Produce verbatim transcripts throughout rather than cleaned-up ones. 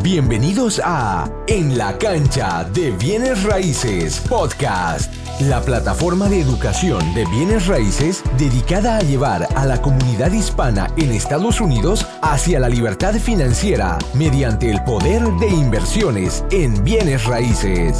Bienvenidos a En la Cancha de Bienes Raíces Podcast, la plataforma de educación de bienes raíces dedicada a llevar a la comunidad hispana en Estados Unidos hacia la libertad financiera mediante el poder de inversiones en bienes raíces.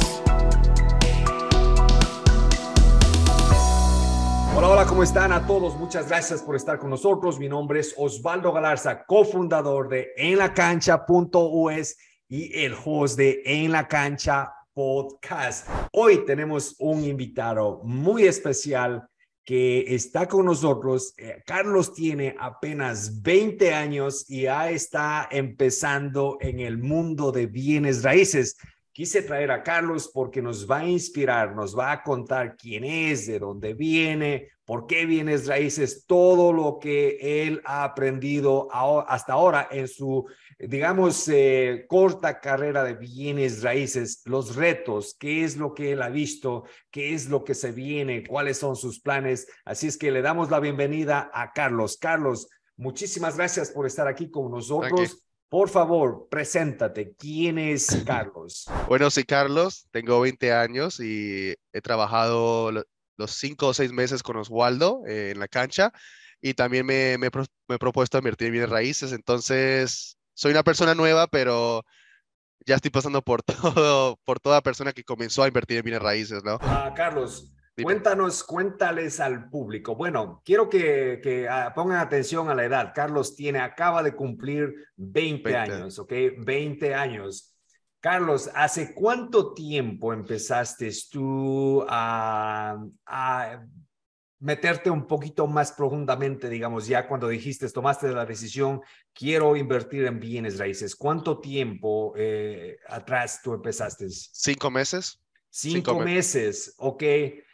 Hola, hola, ¿cómo están a todos? Muchas gracias por estar con nosotros. Mi nombre es Osvaldo Galarza, cofundador de en la cancha punto u s y el host de En la Cancha Podcast. Hoy tenemos un invitado muy especial que está con nosotros. Eh, Carlos tiene apenas veinte años y ya está empezando en el mundo de bienes raíces. Quise traer a Carlos porque nos va a inspirar, nos va a contar quién es, de dónde viene, por qué bienes raíces, todo lo que él ha aprendido hasta ahora en su, digamos, eh, corta carrera de bienes raíces, los retos, qué es lo que él ha visto, qué es lo que se viene, cuáles son sus planes. Así es que le damos la bienvenida a Carlos. Carlos, muchísimas gracias por estar aquí con nosotros. Por favor, preséntate. ¿Quién es Carlos? Bueno, soy Carlos, tengo veinte años y he trabajado lo- los cinco o seis meses con Osvaldo eh, en la cancha y también me, me he pro- me he propuesto invertir en bienes raíces. Entonces, soy una persona nueva, pero ya estoy pasando por todo, por toda persona que comenzó a invertir en bienes raíces, ¿no? Ah, Carlos, Dime. cuéntanos, cuéntales al público. Bueno, quiero que, que ah, pongan atención a la edad. Carlos tiene, acaba de cumplir veinte veinte años. años, ¿ok? veinte años. Carlos, ¿hace cuánto tiempo empezaste tú a, a meterte un poquito más profundamente, digamos, ya cuando dijiste, tomaste la decisión, quiero invertir en bienes raíces? ¿Cuánto tiempo eh, atrás tú empezaste? ¿Cinco meses? Cinco Cinco meses. meses, ok.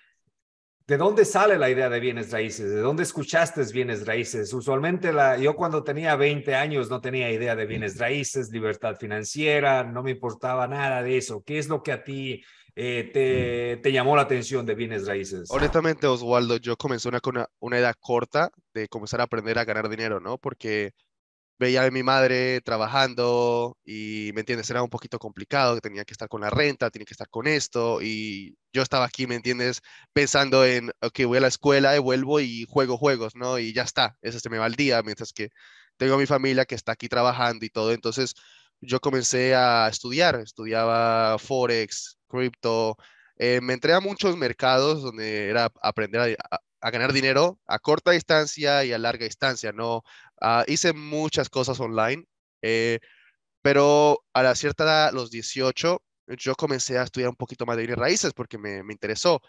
¿De dónde sale la idea de bienes raíces? ¿De dónde escuchaste bienes raíces? Usualmente la, yo cuando tenía veinte años no tenía idea de bienes raíces, libertad financiera, no me importaba nada de eso. ¿Qué es lo que a ti eh, te, te llamó la atención de bienes raíces? Honestamente, Osvaldo, yo comencé una, con una, una edad corta de comenzar a aprender a ganar dinero, ¿no? Porque veía a mi madre trabajando y, ¿me entiendes? Era un poquito complicado, que tenía que estar con la renta, tenía que estar con esto y yo estaba aquí, ¿me entiendes? Pensando en, ok, voy a la escuela y vuelvo y juego juegos, ¿no? Y ya está, eso se me va el día, mientras que tengo a mi familia que está aquí trabajando y todo. Entonces yo comencé a estudiar, estudiaba Forex, cripto, eh, me entré a muchos mercados donde era aprender a, a a ganar dinero a corta distancia y a larga distancia, ¿no? Ah, hice muchas cosas online, eh, pero a la cierta edad, los dieciocho, yo comencé a estudiar un poquito más de bienes raíces porque me, me interesó.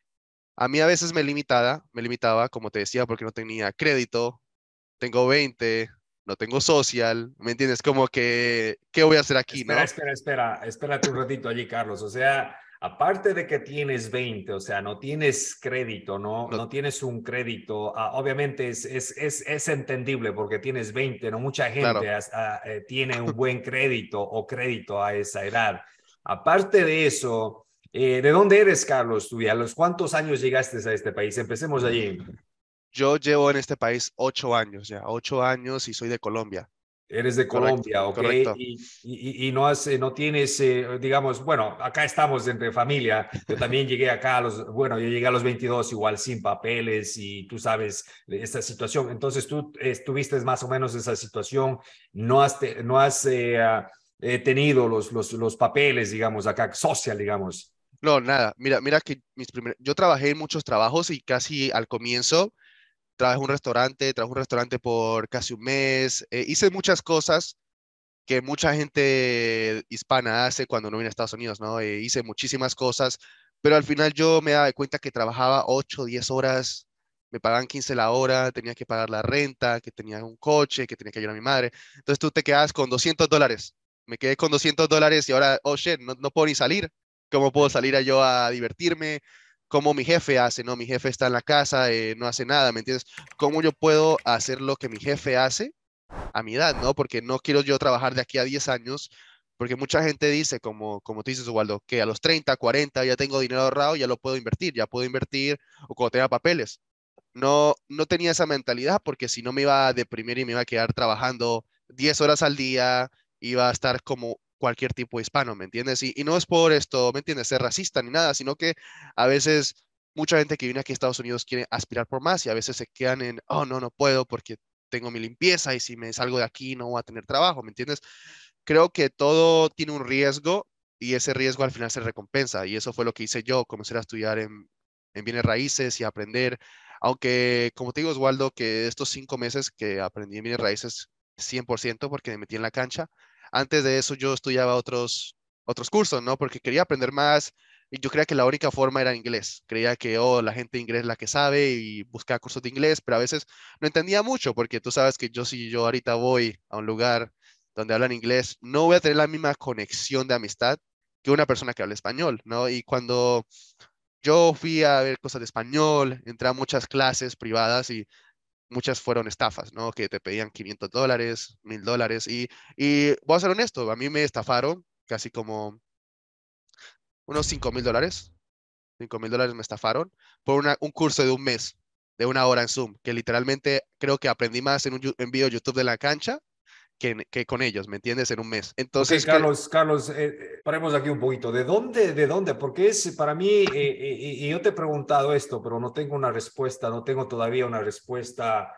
A mí a veces me limitaba, me limitaba, como te decía, porque no tenía crédito, tengo veinte, no tengo social, ¿me entiendes? Como que, ¿qué voy a hacer aquí, Espera, no? espera, espera, espérate un ratito allí, Carlos. O sea, aparte de que tienes veinte, o sea, no tienes crédito, no, No, no tienes un crédito, ah, obviamente es, es, es, es entendible porque tienes veinte, no mucha gente claro. hasta, eh, tiene un buen crédito o crédito a esa edad. Aparte de eso, eh, ¿de dónde eres, Carlos? ¿Tú y a los cuántos años llegaste a este país? Empecemos allí. Yo llevo en este país ocho años ya, ocho años y soy de Colombia. Eres de Correcto, Colombia, ¿ok? correcto. Y, y, y no, has, no tienes, eh, digamos, bueno, acá estamos entre familia. Yo también llegué acá a los, bueno, yo llegué a los veintidós igual sin papeles y tú sabes esta situación. Entonces tú estuviste más o menos esa situación, no has, te, no has eh, eh, tenido los, los, los papeles, digamos, acá, social, digamos. No, nada, mira, mira que mis primeros, yo trabajé en muchos trabajos y casi al comienzo trabajé en un restaurante, trabajé en un restaurante por casi un mes, eh, hice muchas cosas que mucha gente hispana hace cuando no viene a Estados Unidos, ¿no? Eh, hice muchísimas cosas, pero al final yo me daba cuenta que trabajaba ocho, diez horas, me pagaban quince la hora, tenía que pagar la renta, que tenía un coche, que tenía que ayudar a mi madre. Entonces tú te quedas con doscientos dólares. Me quedé con doscientos dólares y ahora, oh shit, no, no puedo ni salir. ¿Cómo puedo salir a yo a divertirme? ¿Cómo mi jefe hace? ¿No? Mi jefe está en la casa, eh, no hace nada, ¿me entiendes? ¿Cómo yo puedo hacer lo que mi jefe hace a mi edad, ¿no? Porque no quiero yo trabajar de aquí a diez años, porque mucha gente dice, como, como tú dices, Waldo, que a los treinta, cuarenta ya tengo dinero ahorrado, ya lo puedo invertir, ya puedo invertir o cuando tenga papeles. No, no tenía esa mentalidad porque si no me iba a deprimir y me iba a quedar trabajando diez horas al día, iba a estar como cualquier tipo de hispano, ¿me entiendes? Y, y no es por esto, ¿me entiendes? Ser racista ni nada, sino que a veces mucha gente que viene aquí a Estados Unidos quiere aspirar por más y a veces se quedan en, oh, no, no puedo porque tengo mi limpieza y si me salgo de aquí no voy a tener trabajo, ¿me entiendes? Creo que todo tiene un riesgo y ese riesgo al final se recompensa y eso fue lo que hice yo, comencé a estudiar en, en bienes raíces y aprender, aunque como te digo, Oswaldo, que estos cinco meses que aprendí en bienes raíces cien por ciento porque me metí en la cancha, antes de eso yo estudiaba otros, otros cursos, ¿no? Porque quería aprender más y yo creía que la única forma era inglés. Creía que, oh, la gente de inglés es la que sabe y buscaba cursos de inglés, pero a veces no entendía mucho porque tú sabes que yo si yo ahorita voy a un lugar donde hablan inglés, no voy a tener la misma conexión de amistad que una persona que habla español, ¿no? Y cuando yo fui a ver cosas de español, entré a muchas clases privadas y muchas fueron estafas, ¿no? Que te pedían quinientos dólares, mil dólares. Y, y voy a ser honesto, a mí me estafaron casi como unos cinco mil dólares. Cinco mil dólares me estafaron por una- un curso de un mes, de una hora en Zoom, que literalmente creo que aprendí más en un yu- en video YouTube de la cancha que, en- que con ellos, ¿me entiendes? En un mes. Ok, Entonces, que, Carlos, Carlos, eh, eh, paremos aquí un poquito. ¿De dónde, de dónde? Porque es para mí, eh, eh, y yo te he preguntado esto, pero no tengo una respuesta, no tengo todavía una respuesta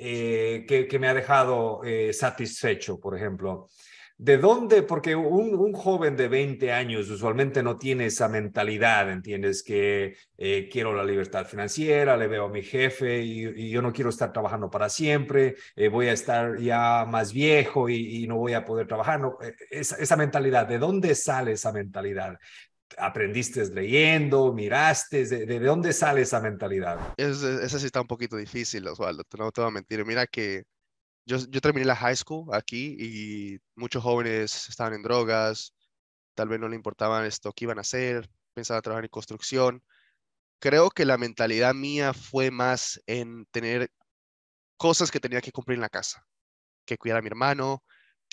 eh, que, que me ha dejado eh, satisfecho, por ejemplo. ¿De dónde? Porque un, un joven de veinte años usualmente no tiene esa mentalidad, ¿entiendes? Que eh, quiero la libertad financiera, le veo a mi jefe y, y yo no quiero estar trabajando para siempre, eh, voy a estar ya más viejo y, y no voy a poder trabajar. No, eh, esa, esa mentalidad, ¿de dónde sale esa mentalidad? ¿Aprendiste leyendo, miraste? ¿De, de dónde sale esa mentalidad? es, ese sí está un poquito difícil, Osvaldo, te- no te voy a mentir. Mira que yo, yo terminé la high school aquí y muchos jóvenes estaban en drogas, tal vez no le importaban esto que iban a hacer, pensaban trabajar en construcción. Creo que la mentalidad mía fue más en tener cosas que tenía que cumplir en la casa, que cuidar a mi hermano,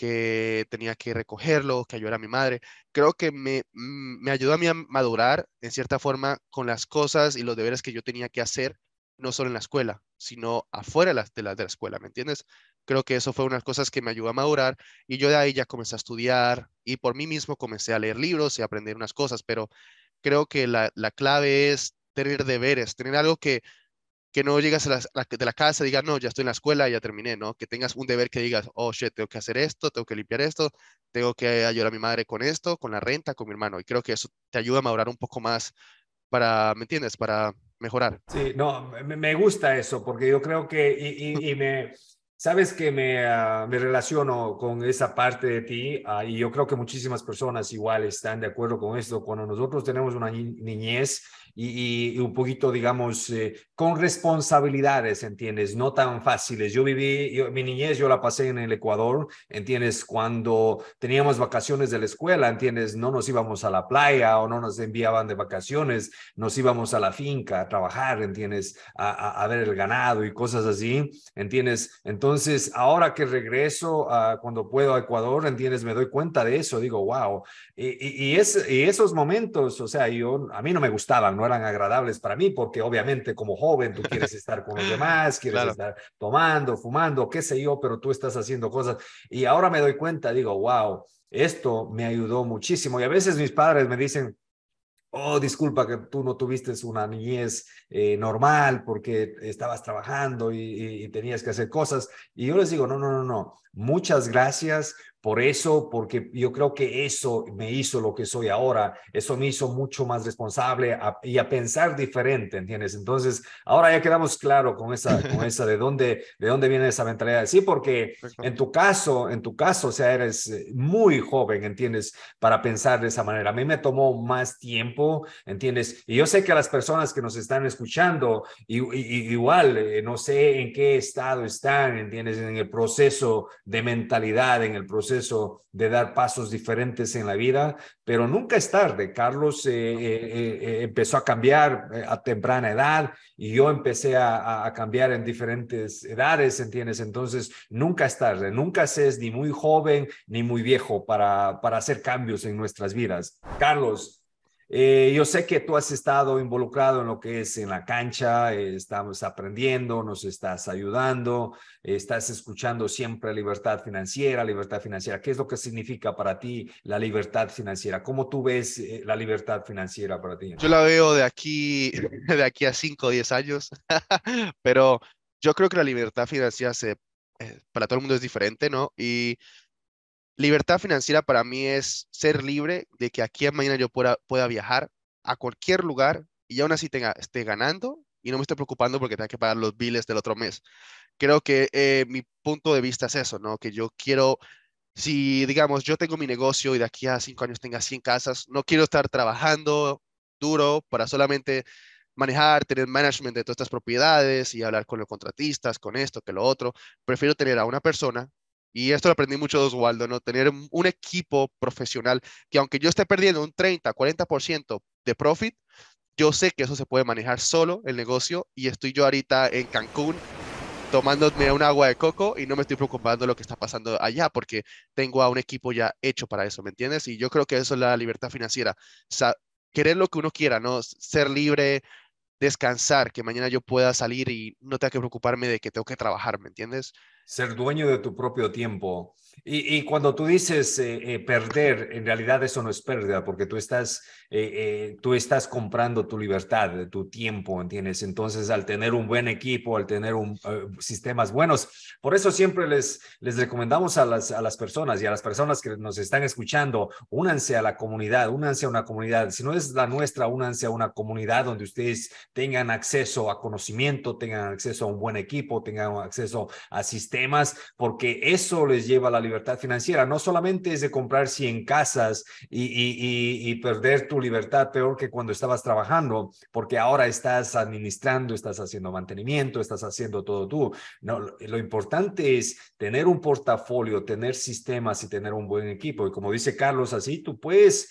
que tenía que recogerlo, que ayudar a mi madre. Creo que me, mm, me ayudó a mí a madurar en cierta forma con las cosas y los deberes que yo tenía que hacer, no solo en la escuela, sino afuera de la, de la, de la escuela, ¿me entiendes? Creo que eso fue unas cosas que me ayudó a madurar y yo de ahí ya comencé a estudiar y por mí mismo comencé a leer libros y a aprender unas cosas, pero creo que la, la clave es tener deberes, tener algo que que no llegas a la, la- de la casa y digas, no, ya estoy en la escuela, ya terminé, ¿no? Que tengas un deber que digas, oh, shit, tengo que hacer esto, tengo que limpiar esto, tengo que ayudar a mi madre con esto, con la renta, con mi hermano. Y creo que eso te ayuda a madurar un poco más para, ¿me entiendes? Para mejorar. Sí, no, me, me gusta eso porque yo creo que, y, y, y me, sabes que me, uh, me relaciono con esa parte de ti uh, y yo creo que muchísimas personas igual están de acuerdo con esto. Cuando nosotros tenemos una ni niñez y, y, un poquito, digamos, eh, con responsabilidades, ¿entiendes? No tan fáciles. Yo viví, yo, mi niñez yo la pasé en el Ecuador, ¿entiendes? Cuando teníamos vacaciones de la escuela, ¿entiendes? No nos íbamos a la playa o no nos enviaban de vacaciones, nos íbamos a la finca a trabajar, ¿entiendes? A, a, a ver el ganado y cosas así, ¿entiendes? Entonces, ahora que regreso, uh, cuando puedo a Ecuador, ¿entiendes? Me doy cuenta de eso, digo, wow. Y, y, y, es, y esos momentos, o sea, yo, a mí no me gustaban, no eran agradables para mí, porque obviamente como joven tú quieres estar con los demás, quieres Claro. estar tomando, fumando, qué sé yo, pero tú estás haciendo cosas. Y ahora me doy cuenta, digo, wow, esto me ayudó muchísimo. Y a veces mis padres me dicen, oh, disculpa que tú no tuviste una niñez eh, normal porque estabas trabajando y, y, y tenías que hacer cosas. Y yo les digo, no, no, no, no, muchas gracias por eso, porque yo creo que eso me hizo lo que soy ahora, eso me hizo mucho más responsable a, y a pensar diferente, ¿entiendes? Entonces, ahora ya quedamos claro con esa, con esa de dónde, de dónde viene esa mentalidad. Sí, porque Perfecto. en tu caso, en tu caso, o sea, eres muy joven, ¿entiendes? Para pensar de esa manera. A mí me tomó más tiempo, ¿entiendes? Y yo sé que a las personas que nos están escuchando, y, y, igual, eh, no sé en qué estado están, ¿entiendes? En el proceso de mentalidad, en el proceso de dar pasos diferentes en la vida, pero nunca es tarde. Carlos eh, eh, eh, empezó a cambiar eh, a temprana edad y yo empecé a, a cambiar en diferentes edades, ¿entiendes? Entonces, nunca es tarde, nunca se es ni muy joven ni muy viejo para, para hacer cambios en nuestras vidas. Carlos, Eh, yo sé que tú has estado involucrado en lo que es en la cancha, eh, estamos aprendiendo, nos estás ayudando, eh, estás escuchando siempre libertad financiera, libertad financiera. ¿Qué es lo que significa para ti la libertad financiera? ¿Cómo tú ves eh, la libertad financiera para ti? Yo la veo de aquí, de aquí a cinco o diez años, pero yo creo que la libertad financiera se, eh, para todo el mundo es diferente, ¿no? Y libertad financiera para mí es ser libre de que aquí a mañana yo pueda, pueda viajar a cualquier lugar y aún así tenga, esté ganando y no me esté preocupando porque tenga que pagar los biles del otro mes. Creo que eh, mi punto de vista es eso, ¿no? Que yo quiero, si digamos, yo tengo mi negocio y de aquí a cinco años tenga cien casas, no quiero estar trabajando duro para solamente manejar, tener management de todas estas propiedades y hablar con los contratistas, con esto, que lo otro. Prefiero tener a una persona, y esto lo aprendí mucho de Oswaldo, ¿no? Tener un un equipo profesional que aunque yo esté perdiendo un treinta, cuarenta por ciento de profit, yo sé que eso se puede manejar solo el negocio y estoy yo ahorita en Cancún tomándome un agua de coco y no me estoy preocupando de lo que está pasando allá porque tengo a un equipo ya hecho para eso, ¿me entiendes? Y yo creo que eso es la libertad financiera. Sa- querer lo que uno quiera, ¿no? Ser libre, descansar, que mañana yo pueda salir y no tenga que preocuparme de que tengo que trabajar, ¿me entiendes? Ser dueño de tu propio tiempo. Y, y cuando tú dices eh, eh, perder, en realidad eso no es pérdida, porque tú estás, eh, eh, tú estás comprando tu libertad, tu tiempo, ¿entiendes? Entonces, al tener un buen equipo, al tener un, eh, sistemas buenos, por eso siempre les, les recomendamos a las, a las personas y a las personas que nos están escuchando, únanse a la comunidad, únanse a una comunidad. Si no es la nuestra, únanse a una comunidad donde ustedes tengan acceso a conocimiento, tengan acceso a un buen equipo, tengan acceso a sistemas, porque eso les lleva a la libertad financiera. No solamente es de comprar cien casas y, y, y, y perder tu libertad peor que cuando estabas trabajando, porque ahora estás administrando, estás haciendo mantenimiento, estás haciendo todo tú. No, lo, lo importante es tener un portafolio, tener sistemas y tener un buen equipo. Y como dice Carlos, así tú puedes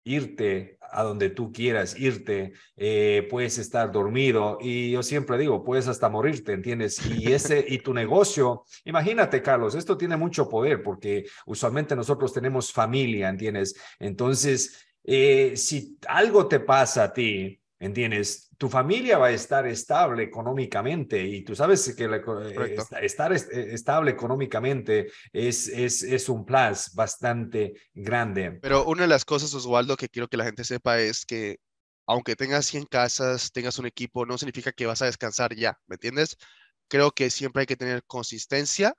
irte a donde tú quieras irte, eh, puedes estar dormido y yo siempre digo, puedes hasta morirte, ¿entiendes? Y ese y tu negocio, imagínate, Carlos, esto tiene mucho poder porque usualmente nosotros tenemos familia, ¿entiendes? Entonces, eh, si algo te pasa a ti, ¿entiendes? Tu familia va a estar estable económicamente y tú sabes que la, eh, Correcto. estar est estable económicamente es, es, es un plus bastante grande. Pero una de las cosas, Oswaldo, que quiero que la gente sepa es que aunque tengas cien casas, tengas un equipo, no significa que vas a descansar ya, ¿me entiendes? Creo que siempre hay que tener consistencia,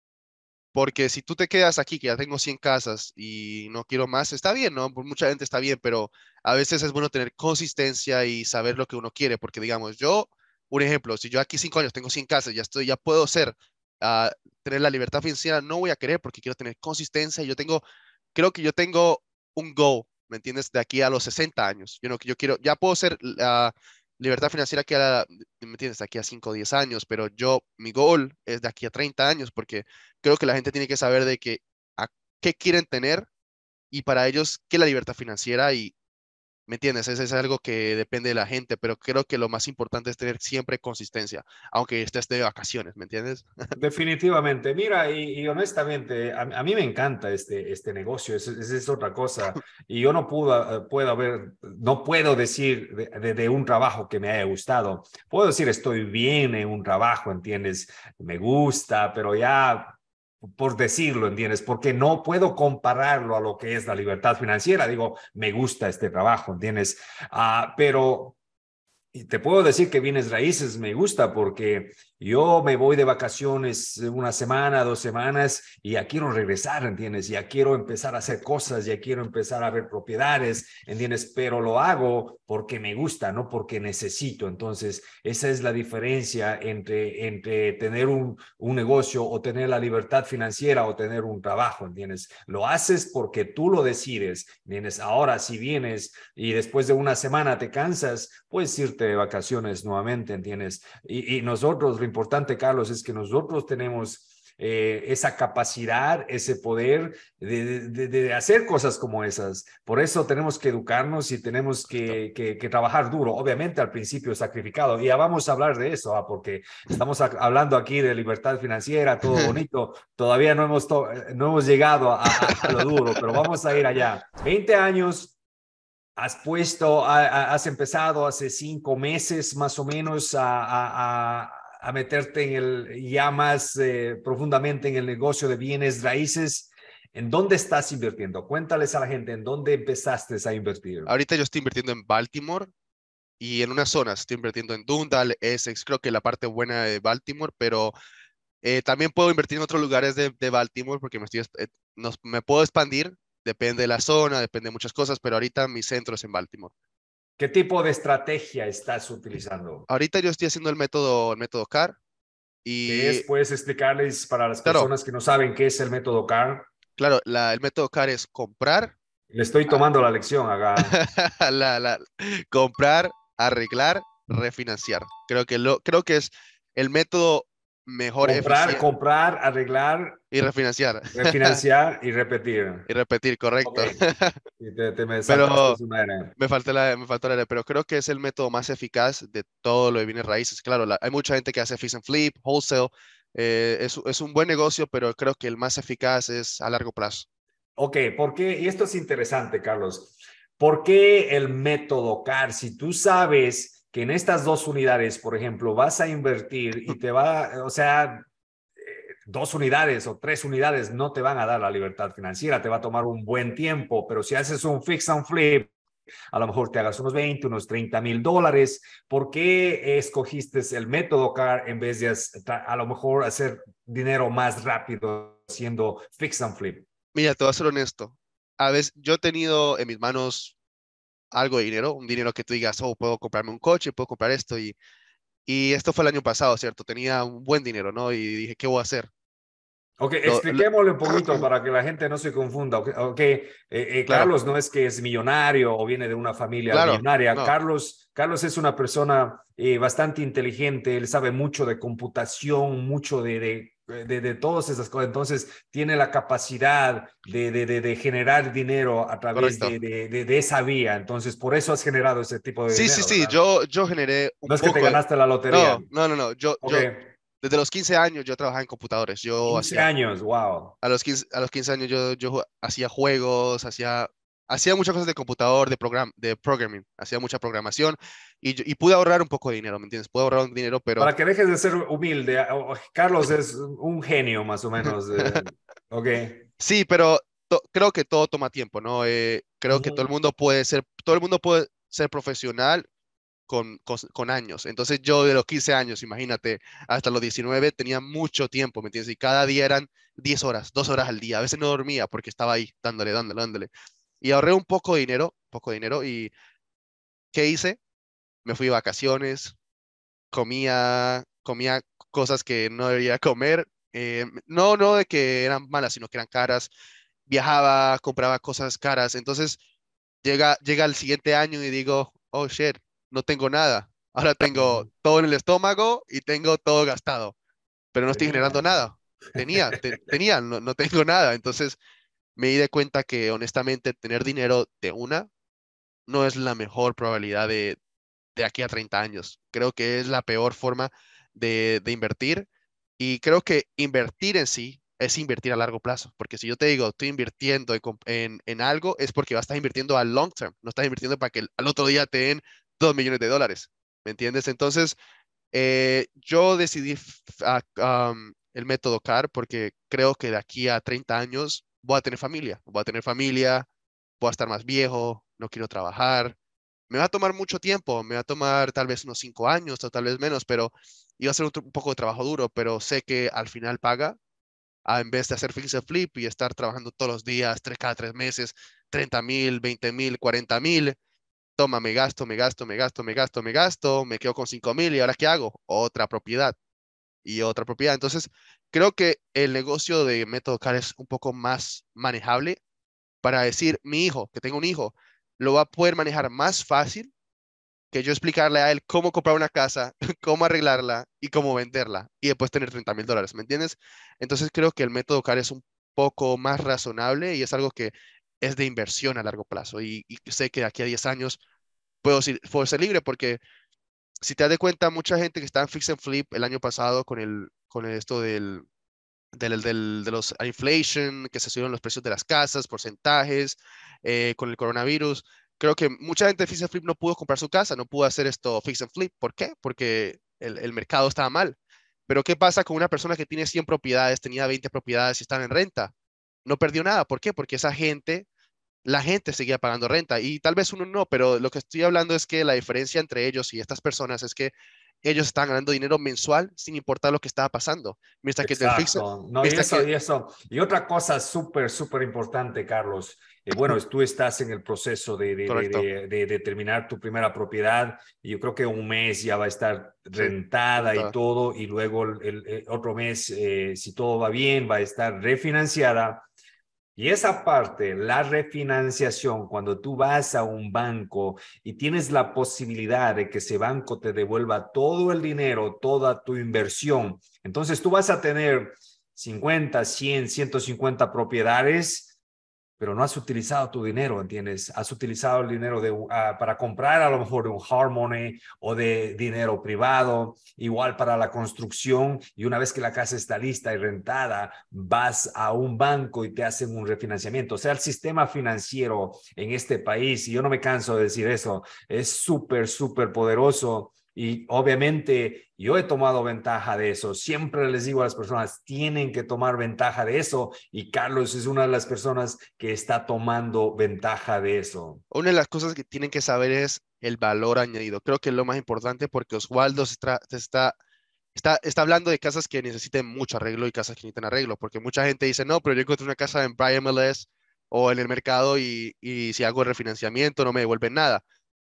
porque si tú te quedas aquí, que ya tengo cien casas y no quiero más, está bien, ¿no? Por mucha gente está bien, pero a veces es bueno tener consistencia y saber lo que uno quiere, porque digamos, yo, un ejemplo, si yo aquí cinco años tengo cien casas, ya estoy, ya puedo ser, ah, tener la libertad financiera, no voy a querer porque quiero tener consistencia. Yo tengo, creo que yo tengo un goal, ¿me entiendes? De aquí a los sesenta años. Yo no, yo quiero, ya puedo ser la libertad financiera que a, ¿me entiendes? De aquí a cinco o diez años, pero yo, mi goal es de aquí a treinta años, porque creo que la gente tiene que saber de que a qué quieren tener y para ellos qué es la libertad financiera y, ¿me entiendes? Eso es algo que depende de la gente, pero creo que lo más importante es tener siempre consistencia, aunque estés de vacaciones, ¿me entiendes? Definitivamente, mira, y, y honestamente, a, a, mí me encanta este, este negocio, esa es, es, otra cosa, y yo no puedo, puedo haber, no puedo decir de, de, de un trabajo que me haya gustado, puedo decir estoy bien en un trabajo, ¿entiendes? Me gusta, pero ya por decirlo, ¿entiendes? Porque no puedo compararlo a lo que es la libertad financiera, digo, me gusta este trabajo, ¿entiendes? Uh, pero y te puedo decir que bienes raíces me gusta porque yo me voy de vacaciones una semana, dos semanas y ya quiero regresar, ¿entiendes? Ya quiero empezar a hacer cosas, ya quiero empezar a ver propiedades, ¿entiendes? Pero lo hago porque me gusta, no porque necesito. Entonces, esa es la diferencia entre, entre tener un, un negocio o tener la libertad financiera o tener un trabajo, ¿entiendes? Lo haces porque tú lo decides, ¿entiendes? Ahora, si vienes y después de una semana te cansas, puedes irte de vacaciones nuevamente, ¿entiendes? Y, y nosotros, lo importante, Carlos, es que nosotros tenemos eh, esa capacidad, ese poder de, de, de hacer cosas como esas. Por eso tenemos que educarnos y tenemos que, que, que trabajar duro. Obviamente al principio sacrificado. Y ya vamos a hablar de eso, ¿ah? Porque estamos a, hablando aquí de libertad financiera, todo bonito. Todavía no hemos, to no hemos llegado a, a, a lo duro, pero vamos a ir allá. veinte años has puesto, a, a, has empezado hace cinco meses más o menos a, a, a, a meterte en el, ya más eh, profundamente en el negocio de bienes raíces. ¿En dónde estás invirtiendo? Cuéntales a la gente en dónde empezaste a invertir. Ahorita yo estoy invirtiendo en Baltimore y en unas zonas. Estoy invirtiendo en Dundalk, Essex, creo que la parte buena de Baltimore, pero eh, también puedo invertir en otros lugares de, de Baltimore porque me, estoy, eh, nos, me puedo expandir. Depende de la zona, depende de muchas cosas, pero ahorita mi centro es en Baltimore. ¿Qué tipo de estrategia estás utilizando? Ahorita yo estoy haciendo el método, el método C A R ¿Qué es? y, ¿Puedes explicarles para las claro, personas que no saben qué es el método C A R? claro, la, el método C A R es comprar, Le estoy a- tomando la lección acá. la, la- comprar, arreglar, refinanciar. Creo que, lo, creo que es el método mejor Comprar, eficiente comprar, arreglar, y refinanciar refinanciar y repetir. y repetir, Ok. correcto. Y te, te me saltaste Pero una era. me faltó la, me faltó la, pero creo que es el método más eficaz de todo lo de bienes raíces. Claro, la- hay mucha gente que hace fix and flip, wholesale, eh, es, es un buen negocio, pero creo que el más eficaz es a largo plazo. Ok, ¿por qué? Y esto es interesante, Carlos. ¿Por qué el método C A R? Si tú sabes que en estas dos unidades, por ejemplo, vas a invertir y te va, o sea, eh, dos unidades o tres unidades no te van a dar la libertad financiera, te va a tomar un buen tiempo, pero si haces un fix and flip, a lo mejor te hagas unos veinte, unos treinta mil dólares. ¿Por qué escogiste el método C A R en vez de a lo mejor hacer dinero más rápido haciendo fix and flip? Mira, te voy a ser honesto. A veces yo he tenido en mis manos algo de dinero, un dinero que tú digas, oh, puedo comprarme un coche, puedo comprar esto, y, y esto fue el año pasado, ¿cierto? Tenía un buen dinero, ¿no? Y dije, ¿qué voy a hacer? Ok, Lo- lo- expliquémosle un poquito para que la gente no se confunda. Ok, okay. Eh, eh, claro, Carlos no es que es millonario o viene de una familia claro, millonaria. no, Carlos, Carlos es una persona eh, bastante inteligente, él sabe mucho de computación, mucho de, de, de, de todas esas cosas. Entonces, tiene la capacidad de, de, de, de generar dinero a través correcto. de, de, de, de esa vía. Entonces, por eso has generado ese tipo de Sí, sí, dinero, sí, ¿verdad? yo, yo generé un No es que te poco de... ganaste la lotería. No, no, no, no, yo, Ok, yo, desde los quince años yo trabajaba en computadores, yo quince hacía, años, wow. a los quince a los quince años yo, yo ju- hacía juegos, hacía, hacía muchas cosas de computador, de, program, de programming, hacía mucha programación y, yo- y pude ahorrar un poco de dinero, ¿me entiendes? Pude ahorrar un dinero, pero Para que dejes de ser humilde, o- o- Carlos es un genio más o menos. eh, ok. sí, pero to- creo que todo toma tiempo, ¿no? Eh, creo que todo el Ujú. mundo puede ser, todo el mundo puede ser profesional con, con, con años. Entonces yo de los quince años, imagínate, hasta los diecinueve tenía mucho tiempo, ¿me entiendes? Y cada día eran diez horas, dos horas al día. A veces no dormía porque estaba ahí dándole, dándole, dándole. Y ahorré un poco de dinero, poco de dinero. ¿Y qué hice? Me fui de vacaciones, comía, comía cosas que no debería comer. eh, no, no de que eran malas, sino que eran caras. Viajaba, compraba cosas caras. Entonces llega, llega el siguiente año y digo, oh shit, no tengo nada. Ahora tengo Ujú. todo en el estómago y tengo todo gastado, pero no estoy Tenía. generando nada. Tenía, te- tenía, no, no tengo nada. Entonces me di de cuenta que honestamente tener dinero de una no es la mejor probabilidad de, de aquí a treinta años. Creo que es la peor forma de, de invertir y creo que invertir en sí es invertir a largo plazo, porque si yo te digo, estoy invirtiendo en, comp- en, en algo, es porque vas a estar invirtiendo a long term, no estás invirtiendo para que el- al otro día te den dos millones de dólares, ¿me entiendes? Entonces, eh, yo decidí f- a- am, el método C A R porque creo que de aquí a treinta años voy a tener familia, voy a tener familia, voy a estar más viejo, no quiero trabajar. Me va a tomar mucho tiempo, me va a tomar tal vez unos cinco años o tal vez menos, pero iba a ser un, tr- un poco de trabajo duro, pero sé que al final paga, a, en vez de hacer fix and flip y estar trabajando todos los días, tres, cada tres meses, treinta mil, veinte mil, cuarenta mil, toma, me gasto, me gasto, me gasto, me gasto, me gasto, me quedo con cinco mil y ahora ¿qué hago? Otra propiedad y otra propiedad. Entonces, creo que el negocio de Método C A R es un poco más manejable para decir, mi hijo, que tengo un hijo, lo va a poder manejar más fácil que yo explicarle a él cómo comprar una casa, cómo arreglarla y cómo venderla y después tener treinta mil dólares, ¿me entiendes? Entonces creo que el método C A R es un poco más razonable y es algo que es de inversión a largo plazo y, y sé que de aquí a diez años puedo, ser- puedo ser libre porque si te das de cuenta, mucha gente que está en Fix and Flip el año pasado con el, con esto del, del, del- de los inflation, que se subieron los precios de las casas, porcentajes, eh, con el coronavirus. creo que mucha gente de Fix and Flip no pudo comprar su casa, no pudo hacer esto Fix and Flip. ¿Por qué? Porque el, el mercado estaba mal. Pero ¿qué pasa con una persona que tiene cien propiedades, tenía veinte propiedades y están en renta? No perdió nada. ¿Por qué? Porque esa gente, la gente seguía pagando renta y tal vez uno no, pero lo que estoy hablando es que la diferencia entre ellos y estas personas es que ellos estaban ganando dinero mensual sin importar lo que estaba pasando. Mientras que el del Fix, Exacto. No, y mientras eso, que, y eso. Y otra cosa súper, súper importante, Carlos. Eh, bueno, tú estás en el proceso de, de, de, correcto, de, de, de terminar tu primera propiedad y yo creo que un mes ya va a estar sí, rentada y rentada. todo y luego el, el, el otro mes, eh, si todo va bien, va a estar refinanciada. Y esa parte, la refinanciación, cuando tú vas a un banco y tienes la posibilidad de que ese banco te devuelva todo el dinero, toda tu inversión, entonces tú vas a tener cincuenta, cien, ciento cincuenta propiedades, pero no has utilizado tu dinero, ¿entiendes? Has utilizado el dinero de, uh, para comprar a lo mejor de un hard money o de dinero privado, igual para la construcción, y una vez que la casa está lista y rentada, vas a un banco y te hacen un refinanciamiento. O sea, el sistema financiero en este país, y yo no me canso de decir eso, es súper, súper poderoso. Y obviamente yo he tomado ventaja de eso. Siempre les digo a las personas, tienen que tomar ventaja de eso. Y Carlos es una de las personas que está tomando ventaja de eso. Una de las cosas que tienen que saber es el valor añadido. Creo que es lo más importante porque Oswaldo se está, se está, está, está hablando de casas que necesiten mucho arreglo y casas que necesitan arreglo, porque mucha gente dice, no, pero yo encontré una casa en Prime M L S o en el mercado y, y si hago refinanciamiento no me devuelven nada.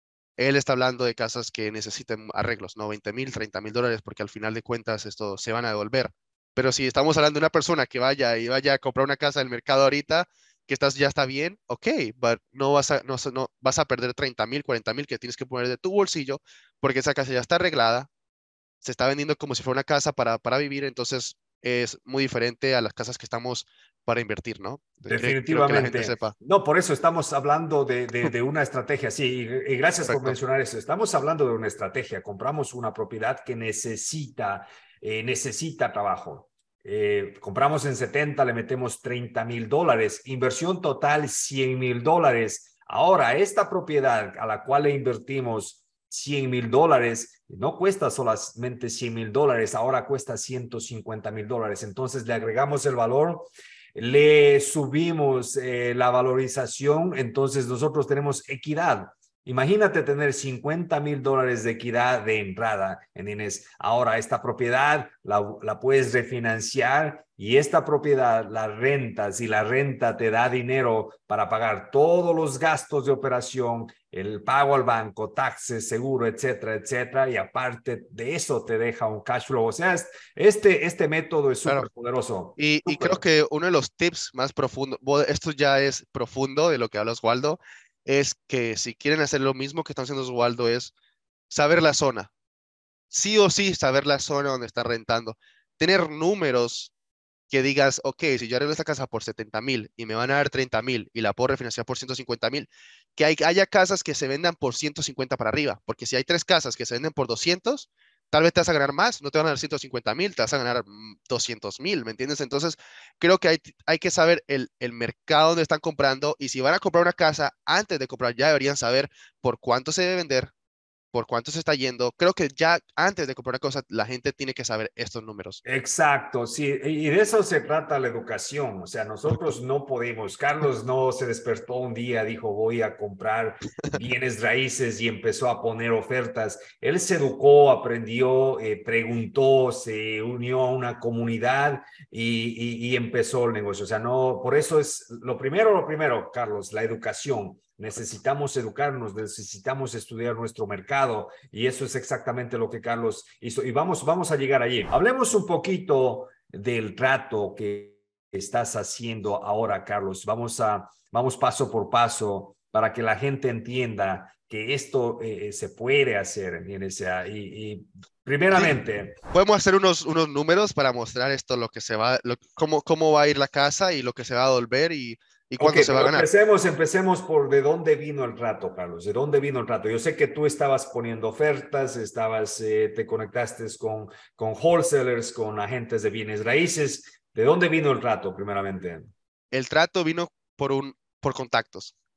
Él está hablando de casas que necesiten arreglos, no veinte mil, treinta mil dólares, porque al final de cuentas esto se van a devolver. Pero si estamos hablando de una persona que vaya y vaya a comprar una casa del mercado ahorita, que estás, ya está bien, ok, but no vas a, no, no, vas a perder treinta mil, cuarenta mil que tienes que poner de tu bolsillo, porque esa casa ya está arreglada, se está vendiendo como si fuera una casa para, para vivir, entonces es muy diferente a las casas que estamos para invertir, ¿no? Creo, creo que la gente Definitivamente. sepa. No, por eso estamos hablando de, de, de una estrategia, sí, y, y gracias por Correcto. mencionar eso. Estamos hablando de una estrategia. Compramos una propiedad que necesita, eh, necesita trabajo. Eh, compramos en setenta, le metemos treinta mil dólares, inversión total cien mil dólares. Ahora, esta propiedad a la cual le invertimos cien mil dólares, no cuesta solamente cien mil dólares, ahora cuesta ciento cincuenta mil dólares. Entonces le agregamos el valor, le subimos eh, la valorización, entonces nosotros tenemos equidad. Imagínate tener cincuenta mil dólares de equidad de entrada en Inés. Ahora esta propiedad la, la puedes refinanciar y esta propiedad la rentas y la renta te da dinero para pagar todos los gastos de operación, el pago al banco, taxes, seguro, etcétera, etcétera. Y aparte de eso te deja un cash flow. O sea, este, este método es Claro. súper poderoso. Y, y creo Súper. que uno de los tips más profundos, esto ya es profundo de lo que habla Oswaldo, es que si quieren hacer lo mismo que están haciendo Oswaldo es saber la zona. Sí o sí saber la zona donde están rentando. Tener números que digas, ok, si yo arreglo esta casa por setenta mil y me van a dar treinta mil y la puedo refinanciar por ciento cincuenta mil, que hay, haya casas que se vendan por ciento cincuenta para arriba, porque si hay tres casas que se venden por doscientos, tal vez te vas a ganar más, no te van a dar ciento cincuenta mil, te vas a ganar mm, doscientos mil, ¿me entiendes? Entonces, creo que hay, hay que saber el, el mercado donde están comprando y si van a comprar una casa, antes de comprar ya deberían saber por cuánto se debe vender, por cuánto se está yendo. Creo que ya antes de comprar una cosa, la gente tiene que saber estos números. Exacto, sí, y de eso se trata la educación, o sea, nosotros no podemos, Carlos no se despertó un día, dijo voy a comprar bienes raíces y empezó a poner ofertas, él se educó, aprendió, eh, preguntó, se unió a una comunidad y, y, y empezó el negocio, o sea, no, por eso es lo primero, lo primero, Carlos, la educación. Necesitamos educarnos, necesitamos estudiar nuestro mercado y eso es exactamente lo que Carlos hizo. Y vamos, vamos a llegar allí. Hablemos un poquito del trato que estás haciendo ahora, Carlos. Vamos a, vamos paso por paso para que la gente entienda que esto eh, se puede hacer, ¿entiendes? Y, y Sí, primeramente, podemos hacer unos, unos números para mostrar esto, lo que se va, lo- cómo, cómo va a ir la casa y lo que se va a devolver y, y ok, cuánto se va a pero ganar. empecemos, empecemos por de dónde vino el trato, Carlos. ¿De dónde vino el trato? Yo sé que tú estabas poniendo ofertas, estabas, eh, te conectaste con, con wholesalers, con agentes de bienes raíces. ¿De dónde vino el trato, primeramente? El trato vino por un, por contactos.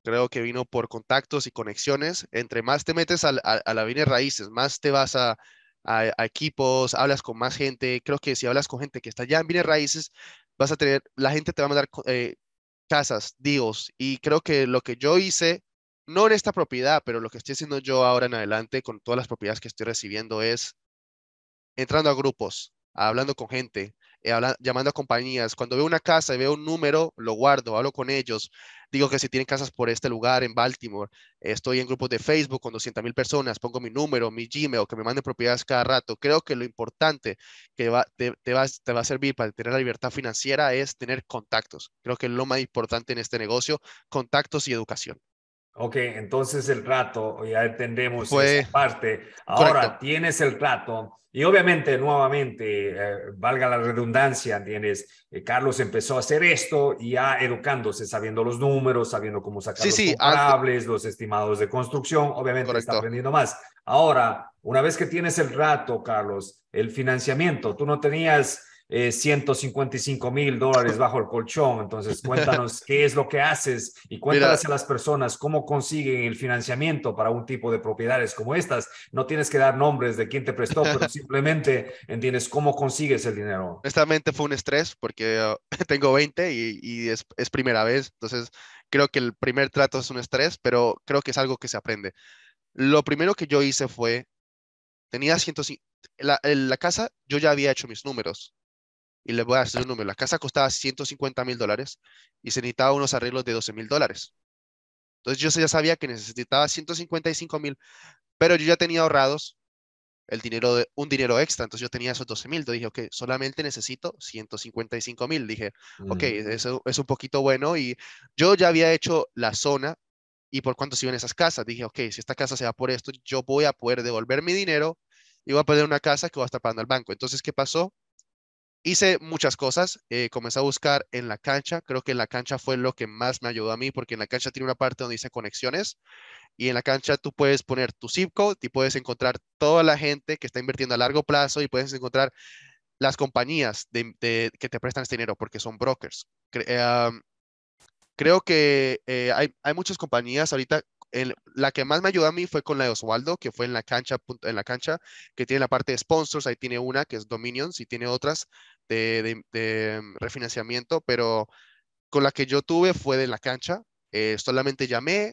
Creo que vino por contactos y conexiones. Entre más te metes al- a, a la bienes raíces, más te vas a, a- a equipos, hablas con más gente. Creo que si hablas con gente que está ya en bienes raíces, vas a tener, la gente te va a mandar co- eh, casas, deals. Y creo que lo que yo hice, no en esta propiedad, pero lo que estoy haciendo yo ahora en adelante con todas las propiedades que estoy recibiendo es entrando a grupos, hablando con gente, eh, habla- llamando a compañías. Cuando veo una casa y veo un número, lo guardo, hablo con ellos. Digo que si tienen casas por este lugar en Baltimore, eh, estoy en grupos de Facebook con doscientas mil personas, pongo mi número, mi Gmail, que me manden propiedades cada rato. Creo que lo importante que va, te, te va, te va a servir para tener la libertad financiera es tener contactos. Creo que es lo más importante en este negocio, contactos y educación. Ok, entonces el trato, ya entendemos esa Fue parte. correcto. Ahora tienes el trato y obviamente, nuevamente, eh, valga la redundancia, ¿entiendes? Eh, Carlos empezó a hacer esto y ya educándose, sabiendo los números, sabiendo cómo sacar Sí, los sí, ante- comparables, los estimados de construcción, obviamente está correcto. aprendiendo más. Ahora, una vez que tienes el trato, Carlos, el financiamiento, tú no tenías eh, ciento cincuenta y cinco mil dólares bajo el colchón. Entonces, cuéntanos qué es lo que haces y Mira, cuéntales a las personas cómo consiguen el financiamiento para un tipo de propiedades como estas. No tienes que dar nombres de quién te prestó, pero simplemente entiendes cómo consigues el dinero. honestamente fue un estrés porque uh, tengo veinte y, y es, es primera vez, entonces creo que el primer trato es un estrés, pero creo que es algo que se aprende. Lo primero que yo hice fue, tenía ciento cinco, la, el- la casa, yo ya había hecho mis números y les voy a hacer un número. La casa costaba ciento cincuenta mil dólares y se necesitaba unos arreglos de doce mil dólares. Entonces yo ya sabía que necesitaba ciento cincuenta y cinco mil, pero yo ya tenía ahorrados el dinero de, un dinero extra, entonces yo tenía esos doce mil, entonces dije, ok, solamente necesito ciento cincuenta y cinco mil, dije, ok, Mm. eso es un poquito bueno y yo ya había hecho la zona y por cuánto se iban esas casas, dije, ok, si esta casa se va por esto, yo voy a poder devolver mi dinero y voy a poner una casa que voy a estar pagando al banco. Entonces, ¿qué pasó? Hice muchas cosas, eh, comencé a buscar en la cancha, creo que en la cancha fue lo que más me ayudó a mí, porque en la cancha tiene una parte donde dice conexiones, y en la cancha tú puedes poner tu zip code y puedes encontrar toda la gente que está invirtiendo a largo plazo y puedes encontrar las compañías de, de- que te prestan este dinero porque son brokers. Cre- eh, am, creo que eh, hay, hay muchas compañías ahorita. El- la que más me ayudó a mí fue con la de Osvaldo, que fue en la cancha, punto- en la cancha, que tiene la parte de sponsors, ahí tiene una que es Dominions y tiene otras de, de- de, mm, refinanciamiento, pero con la que yo tuve fue de la cancha. Eh, solamente llamé,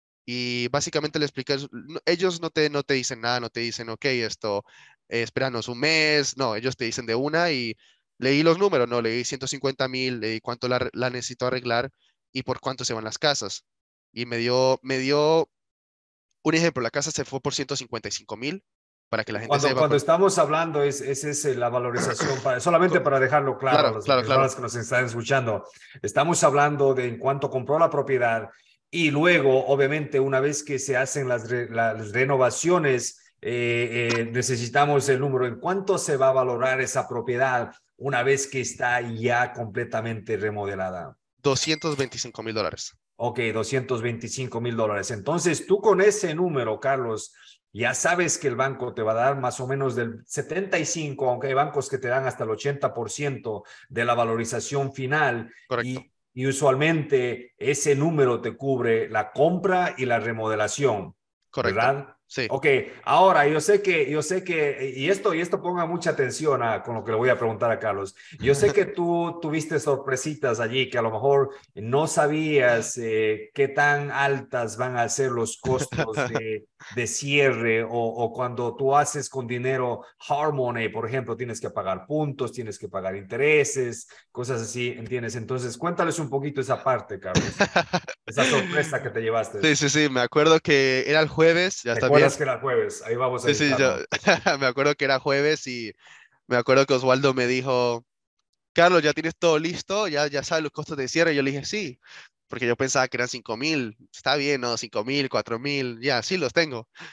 y básicamente le expliqué, no- ellos no te, no te dicen nada, no te dicen, ok, esto, eh, espéranos un mes, no, ellos te dicen de una y leí los números, no, leí ciento cincuenta mil, leí cuánto la, la necesito arreglar y por cuánto se van las casas. Y me dio, me dio un ejemplo, la casa se fue por ciento cincuenta y cinco mil, para que la gente Cuando, sepa, cuando por- estamos hablando, es, es, es eh, la valorización, para, co- solamente para dejarlo claro a claro, las claro, claro, personas que nos están escuchando, estamos hablando de en cuanto compró la propiedad y luego, obviamente, una vez que se hacen las, re, las renovaciones, eh, eh, necesitamos el número en cuánto se va a valorar esa propiedad una vez que está ya completamente remodelada. doscientos veinticinco mil dólares. Ok, doscientos veinticinco mil dólares. Entonces, tú con ese número, Carlos, ya sabes que el banco te va a dar más o menos del setenta y cinco, aunque hay bancos que te dan hasta el ochenta por ciento de la valorización final Correcto, y, y usualmente ese número te cubre la compra y la remodelación, correcto, ¿verdad? sí. Ok, ahora yo sé que, yo sé que, y esto, y esto ponga mucha atención a, con lo que le voy a preguntar a Carlos. Yo sé que tú tuviste sorpresitas allí que a lo mejor no sabías eh, qué tan altas van a ser los costos de, de cierre o, o cuando tú haces con dinero hard money, por ejemplo, tienes que pagar puntos, tienes que pagar intereses, cosas así, ¿entiendes? Entonces, cuéntales un poquito esa parte, Carlos, esa sorpresa que te llevaste. Sí, sí, sí, me acuerdo que era el jueves, ya ¿Te está bien. acuerdas que era jueves? Ahí vamos a Sí, sí, yo editarlo. me acuerdo que era jueves y me acuerdo que Osvaldo me dijo, Carlos, ¿ya tienes todo listo? ¿Ya, ya sabes los costos de cierre? Y yo le dije, sí, porque yo pensaba que eran cinco mil. Está bien, ¿no? Cinco mil, cuatro mil, ya, sí los tengo.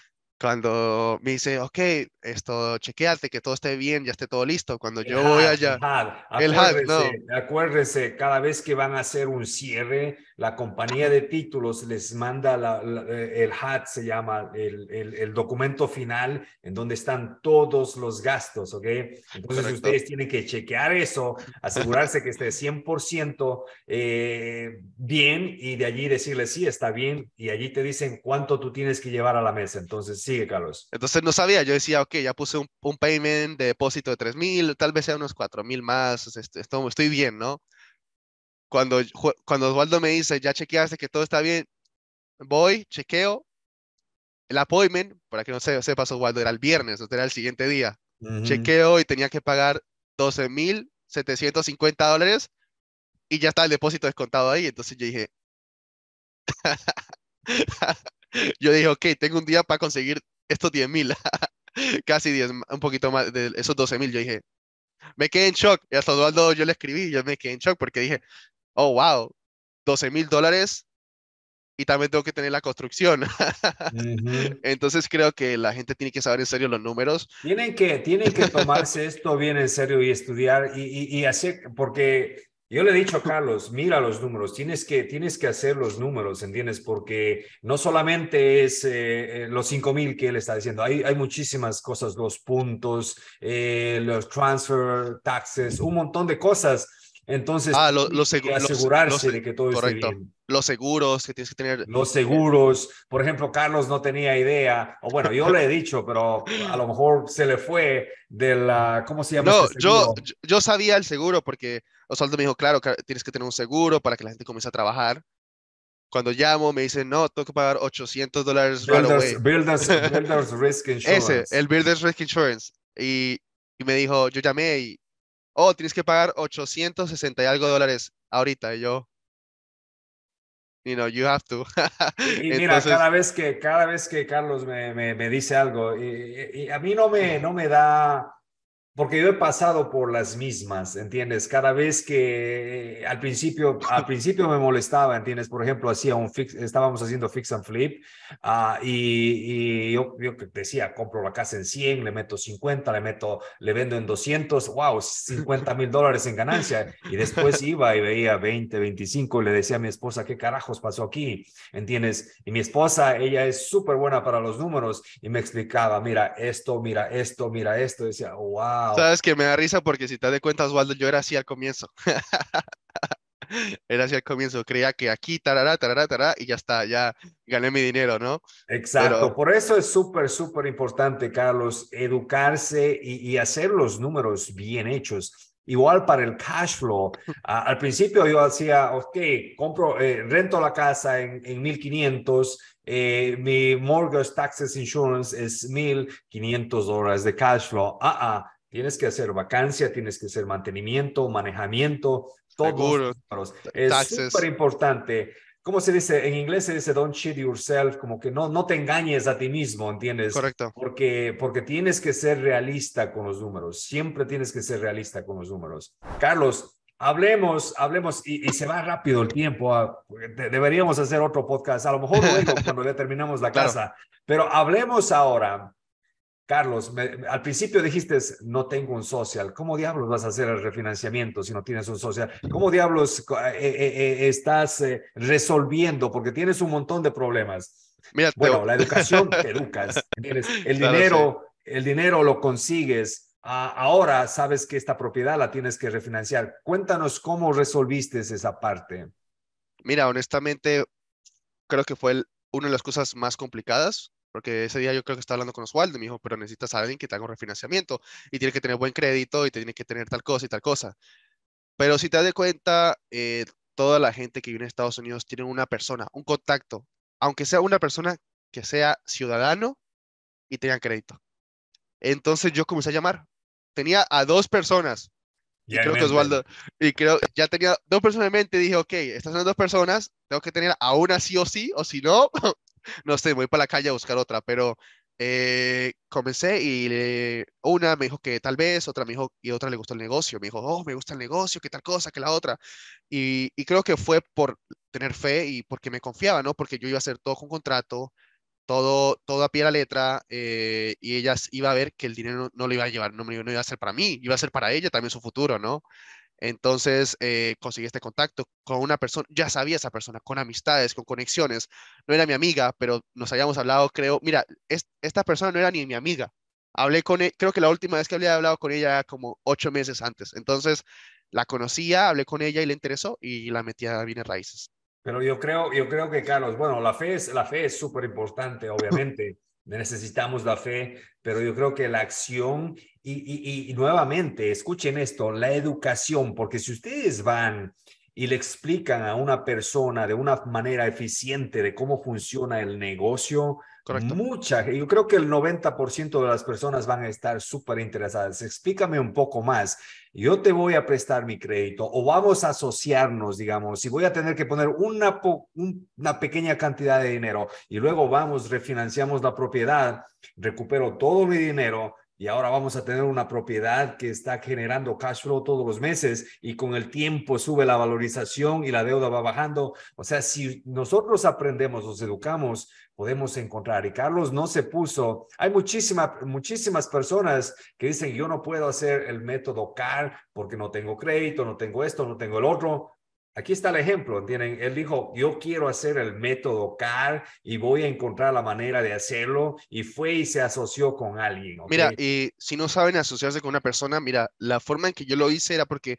Cuando me dice, ok, esto, chequéate que todo esté bien, ya esté todo listo. Cuando El yo voy H A D, allá, el H A D. el H A D, no, Acuérdese, acuérdese, cada vez que van a hacer un cierre, la compañía de títulos les manda la, la, el H A D, se llama el, el, el, documento final en donde están todos los gastos, ¿ok? Entonces correcto. ustedes tienen que chequear eso, asegurarse que esté cien por ciento eh, bien y de allí decirle sí, está bien y allí te dicen cuánto tú tienes que llevar a la mesa. Entonces sigue, Carlos. Entonces no sabía, yo decía, ok, ya puse un, un payment de depósito de tres mil, tal vez sea unos cuatro mil más, esto, esto- estoy bien, ¿no? Cuando, Ju- cuando Osvaldo me dice, ya chequeaste que todo está bien, voy, chequeo el appointment, para que no se, sepas, Osvaldo, era el viernes, o sea, era el siguiente día. Uh -huh. Chequeo y tenía que pagar doce mil setecientos cincuenta dólares y ya está el depósito descontado ahí. Entonces yo dije, yo dije, ok, tengo un día para conseguir estos diez mil, casi diez, un poquito más de esos doce mil. Yo dije, me quedé en shock. Y hasta Osvaldo yo le escribí, yo me quedé en shock porque dije, oh, wow, doce mil dólares y también tengo que tener la construcción. Uh -huh. Entonces creo que la gente tiene que saber en serio los números. Tienen que, tienen que tomarse esto bien en serio y estudiar y, y, y hacer, porque yo le he dicho a Carlos, mira los números, tienes que, tienes que hacer los números, ¿entiendes? Porque no solamente es eh, los cinco mil que él está diciendo, hay, hay muchísimas cosas, los puntos, eh, los transfer taxes, un montón de cosas. Entonces, Ah, lo- tiene los, que segu- los, los, asegurarse de que todo esté correcto. bien. Los seguros que tienes que tener. Los eh, seguros, por ejemplo, Carlos no tenía idea, o bueno, yo le he dicho, pero a lo mejor se le fue de la, ¿cómo se llama este No, yo, seguro? yo, yo sabía el seguro porque Osvaldo me dijo, claro, que tienes que tener un seguro para que la gente comience a trabajar. Cuando llamo, me dicen, no, tengo que pagar ochocientos dólares right Builders, away. Builders, Builders Risk Ese, Insurance. el Builders Risk Insurance. Y, y me dijo, yo llamé y, oh, tienes que pagar ochocientos sesenta y algo dólares ahorita. Y yo, you know, you have to. Y, y mira, Entonces, cada vez que, cada vez que Carlos me, me, me dice algo, y, y- y a mí no me, no me da, porque yo he pasado por las mismas, ¿entiendes? Cada vez que eh, al principio, al principio me molestaba, ¿entiendes? Por ejemplo, hacía un fix, estábamos haciendo fix and flip uh, y, y yo, yo decía, compro la casa en cien, le meto cincuenta, le meto, le vendo en doscientos, wow, cincuenta mil dólares en ganancia. Y después iba y veía veinte, veinticinco y le decía a mi esposa, ¿qué carajos pasó aquí? ¿Entiendes? Y mi esposa, ella es súper buena para los números y me explicaba, mira esto, mira esto, mira esto. Y decía, oh, wow. sabes que me da risa porque si te das cuenta, Osvaldo, yo era así al comienzo. Era así al comienzo. Creía que aquí, tarará, tarará, tarará, y ya está, ya gané mi dinero, ¿no? Exacto, Pero, por eso es súper, súper importante, Carlos, educarse y, y hacer los números bien hechos. Igual para el cash flow. Ah, al principio yo hacía, ok, compro, eh, rento la casa en, en mil quinientos, eh, mi mortgage taxes insurance es mil quinientos dólares de cash flow. Ah, ah, tienes que hacer vacancia, tienes que hacer mantenimiento, manejamiento, todos seguro, los números. t- Es súper taxes, importante. ¿Cómo se dice? En inglés se dice don't cheat yourself, como que no, no te engañes a ti mismo, ¿entiendes? correcto. Porque, porque tienes que ser realista con los números, siempre tienes que ser realista con los números. Carlos, hablemos, hablemos, y, y se va rápido el tiempo, ah, de- deberíamos hacer otro podcast, a lo mejor luego cuando ya terminamos la Claro. casa, pero hablemos ahora. Carlos, me, al principio dijiste, no tengo un social. ¿Cómo diablos vas a hacer el refinanciamiento si no tienes un social? ¿Cómo diablos eh, eh, eh, estás eh, resolviendo? Porque tienes un montón de problemas. Mira, te... Bueno, la educación te educas, ¿entiendes? El claro, sí. dinero, el dinero lo consigues. Uh, ahora sabes que esta propiedad la tienes que refinanciar. Cuéntanos cómo resolviste esa parte. Mira, honestamente, creo que fue el- una de las cosas más complicadas, porque ese día yo creo que estaba hablando con Oswaldo y me dijo, pero necesitas a alguien que te haga un refinanciamiento y tiene que tener buen crédito y tiene que tener tal cosa y tal cosa. Pero si te das de cuenta, eh, toda la gente que viene a Estados Unidos tiene una persona, un contacto, aunque sea una persona que sea ciudadano y tenga crédito. Entonces yo comencé a llamar. Tenía a dos personas y Ya en creo que mente. Osvaldo, y creo, ya tenía dos personas en mente y dije, ok, estas son dos personas, tengo que tener a una sí o sí, o si no, no sé, me voy para la calle a buscar otra, pero eh, comencé y le- una me dijo que tal vez, otra me dijo, y otra le gustó el negocio, me dijo, oh, me gusta el negocio, qué tal cosa, que la otra, y, y creo que fue por tener fe y porque me confiaba, ¿no? Porque yo iba a hacer todo con contrato, todo, todo a pie de la letra, eh, y ella s- iba a ver que el dinero no, no lo iba a llevar, no, me- no iba a ser para mí, iba a ser para ella también su futuro, ¿no? Entonces eh, conseguí este contacto con una persona, ya sabía esa persona, con amistades, con conexiones. No era mi amiga, pero nos habíamos hablado, creo, mira, es- esta persona no era ni mi amiga. Hablé con ella, creo que la última vez que había hablado con ella era como ocho meses antes. Entonces la conocía, hablé con ella y le interesó y la metí a bienes raíces. Pero yo creo, yo creo que, Carlos, bueno, la fe es, la fe es súper importante, obviamente. Necesitamos la fe, pero yo creo que la acción y, y, y nuevamente, escuchen esto, la educación, porque si ustedes van y le explican a una persona de una manera eficiente de cómo funciona el negocio, ¿Correcto? mucha, yo creo que el noventa por ciento de las personas van a estar súper interesadas. Explícame un poco más. Yo te voy a prestar mi crédito o vamos a asociarnos, digamos, y voy a tener que poner una, po un, una pequeña cantidad de dinero y luego vamos, refinanciamos la propiedad, recupero todo mi dinero y ahora vamos a tener una propiedad que está generando cash flow todos los meses y con el tiempo sube la valorización y la deuda va bajando. O sea, si nosotros aprendemos, nos educamos, podemos encontrar. Y Carlos no se puso, hay muchísima, muchísimas personas que dicen, yo no puedo hacer el método C A R porque no tengo crédito, no tengo esto, no tengo el otro. Aquí está el ejemplo, ¿entienden? Él dijo, yo quiero hacer el método C A R y voy a encontrar la manera de hacerlo y fue y se asoció con alguien, ¿ok? Mira, y si no saben asociarse con una persona, mira, la forma en que yo lo hice era porque